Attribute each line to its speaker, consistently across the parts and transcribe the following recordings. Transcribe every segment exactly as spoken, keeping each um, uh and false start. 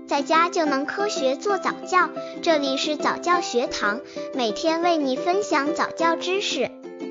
Speaker 1: 在家就能科学做早教。这里是早教学堂，每天为你分享早教知识。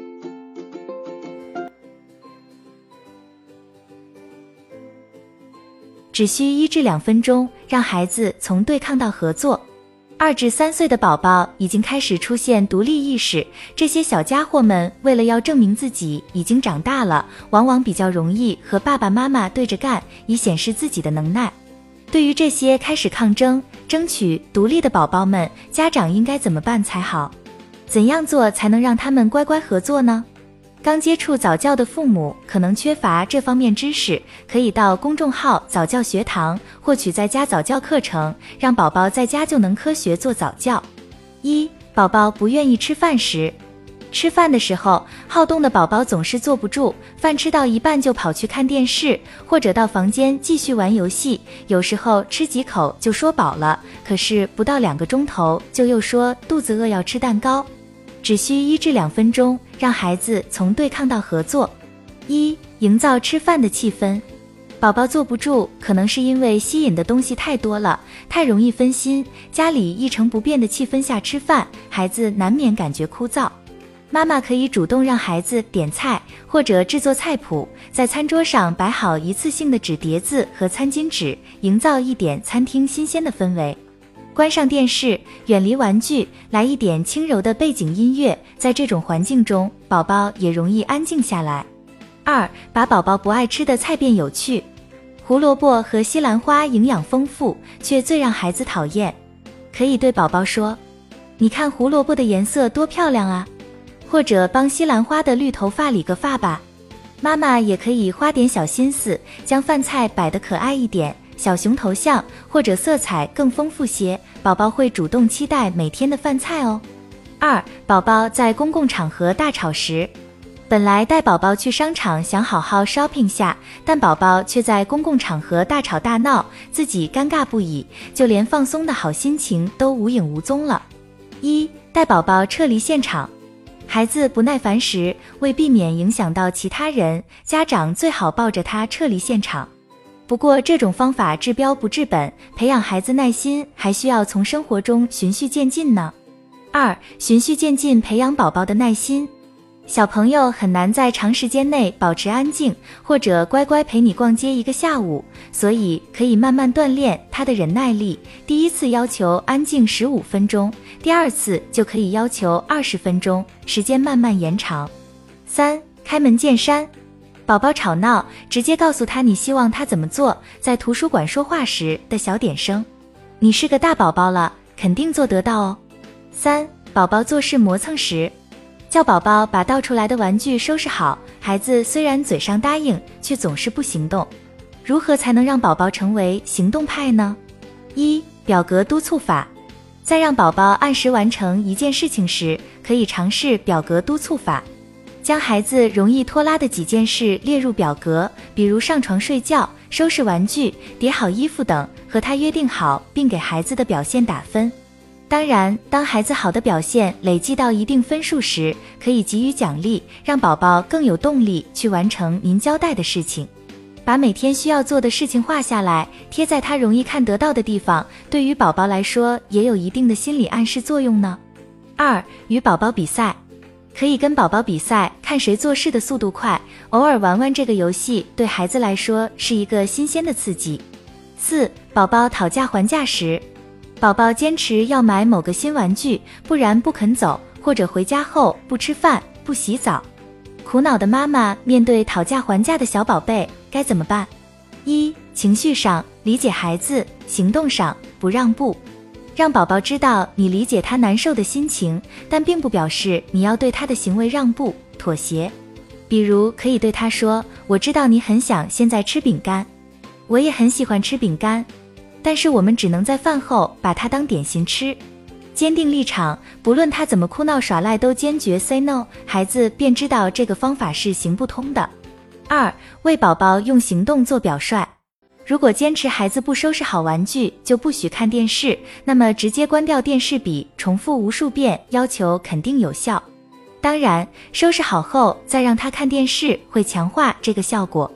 Speaker 2: 只需一至两分钟，让孩子从对抗到合作。二至三岁的宝宝已经开始出现独立意识，这些小家伙们为了要证明自己已经长大了，往往比较容易和爸爸妈妈对着干，以显示自己的能耐。对于这些开始抗争、争取独立的宝宝们，家长应该怎么办才好？怎样做才能让他们乖乖合作呢？刚接触早教的父母可能缺乏这方面知识，可以到公众号早教学堂获取在家早教课程，让宝宝在家就能科学做早教。一、宝宝不愿意吃饭时。吃饭的时候，好动的宝宝总是坐不住，饭吃到一半就跑去看电视，或者到房间继续玩游戏，有时候吃几口就说饱了，可是不到两个钟头就又说肚子饿要吃蛋糕。只需一至两分钟，让孩子从对抗到合作。一、营造吃饭的气氛。宝宝坐不住，可能是因为吸引的东西太多了，太容易分心，家里一成不变的气氛下吃饭，孩子难免感觉枯燥。妈妈可以主动让孩子点菜，或者制作菜谱，在餐桌上摆好一次性的纸碟子和餐巾纸，营造一点餐厅新鲜的氛围。关上电视，远离玩具，来一点轻柔的背景音乐，在这种环境中，宝宝也容易安静下来。二、把宝宝不爱吃的菜变有趣。胡萝卜和西兰花营养丰富，却最让孩子讨厌。可以对宝宝说：“你看胡萝卜的颜色多漂亮啊！”或者帮西兰花的绿头发理个发吧。妈妈也可以花点小心思，将饭菜摆得可爱一点，小熊头像或者色彩更丰富些，宝宝会主动期待每天的饭菜哦。二、宝宝在公共场合大吵时。本来带宝宝去商场想好好 shopping 下，但宝宝却在公共场合大吵大闹，自己尴尬不已，就连放松的好心情都无影无踪了。一、带宝宝撤离现场。孩子不耐烦时，为避免影响到其他人，家长最好抱着他撤离现场。不过这种方法治标不治本，培养孩子耐心还需要从生活中循序渐进呢。二、循序渐进培养宝宝的耐心。小朋友很难在长时间内保持安静，或者乖乖陪你逛街一个下午，所以可以慢慢锻炼他的忍耐力。第一次要求安静十五分钟，第二次就可以要求二十分钟，时间慢慢延长。三、开门见山。宝宝吵闹，直接告诉他你希望他怎么做，在图书馆说话时的小点声。你是个大宝宝了，肯定做得到哦。三、宝宝做事磨蹭时。叫宝宝把倒出来的玩具收拾好，孩子虽然嘴上答应，却总是不行动。如何才能让宝宝成为行动派呢？一、表格督促法。在让宝宝按时完成一件事情时，可以尝试表格督促法。将孩子容易拖拉的几件事列入表格，比如上床睡觉、收拾玩具、叠好衣服等，和他约定好，并给孩子的表现打分。当然，当孩子好的表现累积到一定分数时，可以给予奖励，让宝宝更有动力去完成您交代的事情。把每天需要做的事情画下来，贴在他容易看得到的地方，对于宝宝来说也有一定的心理暗示作用呢。二、与宝宝比赛。可以跟宝宝比赛，看谁做事的速度快，偶尔玩玩这个游戏，对孩子来说是一个新鲜的刺激。四、宝宝讨价还价时。宝宝坚持要买某个新玩具，不然不肯走，或者回家后不吃饭、不洗澡。苦恼的妈妈面对讨价还价的小宝贝，该怎么办？一、情绪上理解孩子，行动上不让步。让宝宝知道你理解他难受的心情，但并不表示你要对他的行为让步、妥协。比如可以对他说：“我知道你很想现在吃饼干，我也很喜欢吃饼干。但是我们只能在饭后把它当点心吃。”坚定立场，不论他怎么哭闹耍赖都坚决 say no， 孩子便知道这个方法是行不通的。二、为宝宝用行动做表率。如果坚持孩子不收拾好玩具就不许看电视，那么直接关掉电视比重复无数遍要求肯定有效。当然，收拾好后再让他看电视会强化这个效果。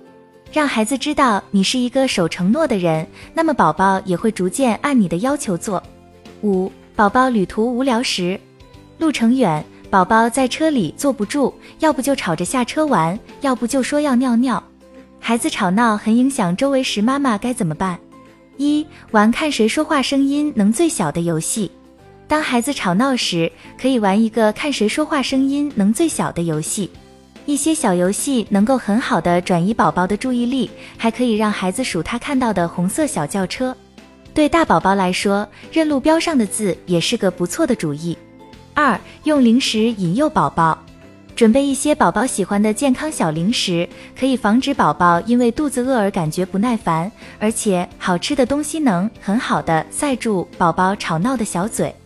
Speaker 2: 让孩子知道你是一个守承诺的人，那么宝宝也会逐渐按你的要求做。五、宝宝旅途无聊时，路程远，宝宝在车里坐不住，要不就吵着下车玩，要不就说要尿尿。孩子吵闹很影响周围时，妈妈该怎么办？一、玩看谁说话声音能最小的游戏。当孩子吵闹时，可以玩一个看谁说话声音能最小的游戏。一些小游戏能够很好的转移宝宝的注意力，还可以让孩子数他看到的红色小轿车。对大宝宝来说，认路标上的字也是个不错的主意。二、用零食引诱宝宝。准备一些宝宝喜欢的健康小零食，可以防止宝宝因为肚子饿而感觉不耐烦，而且好吃的东西能很好的塞住宝宝吵闹的小嘴。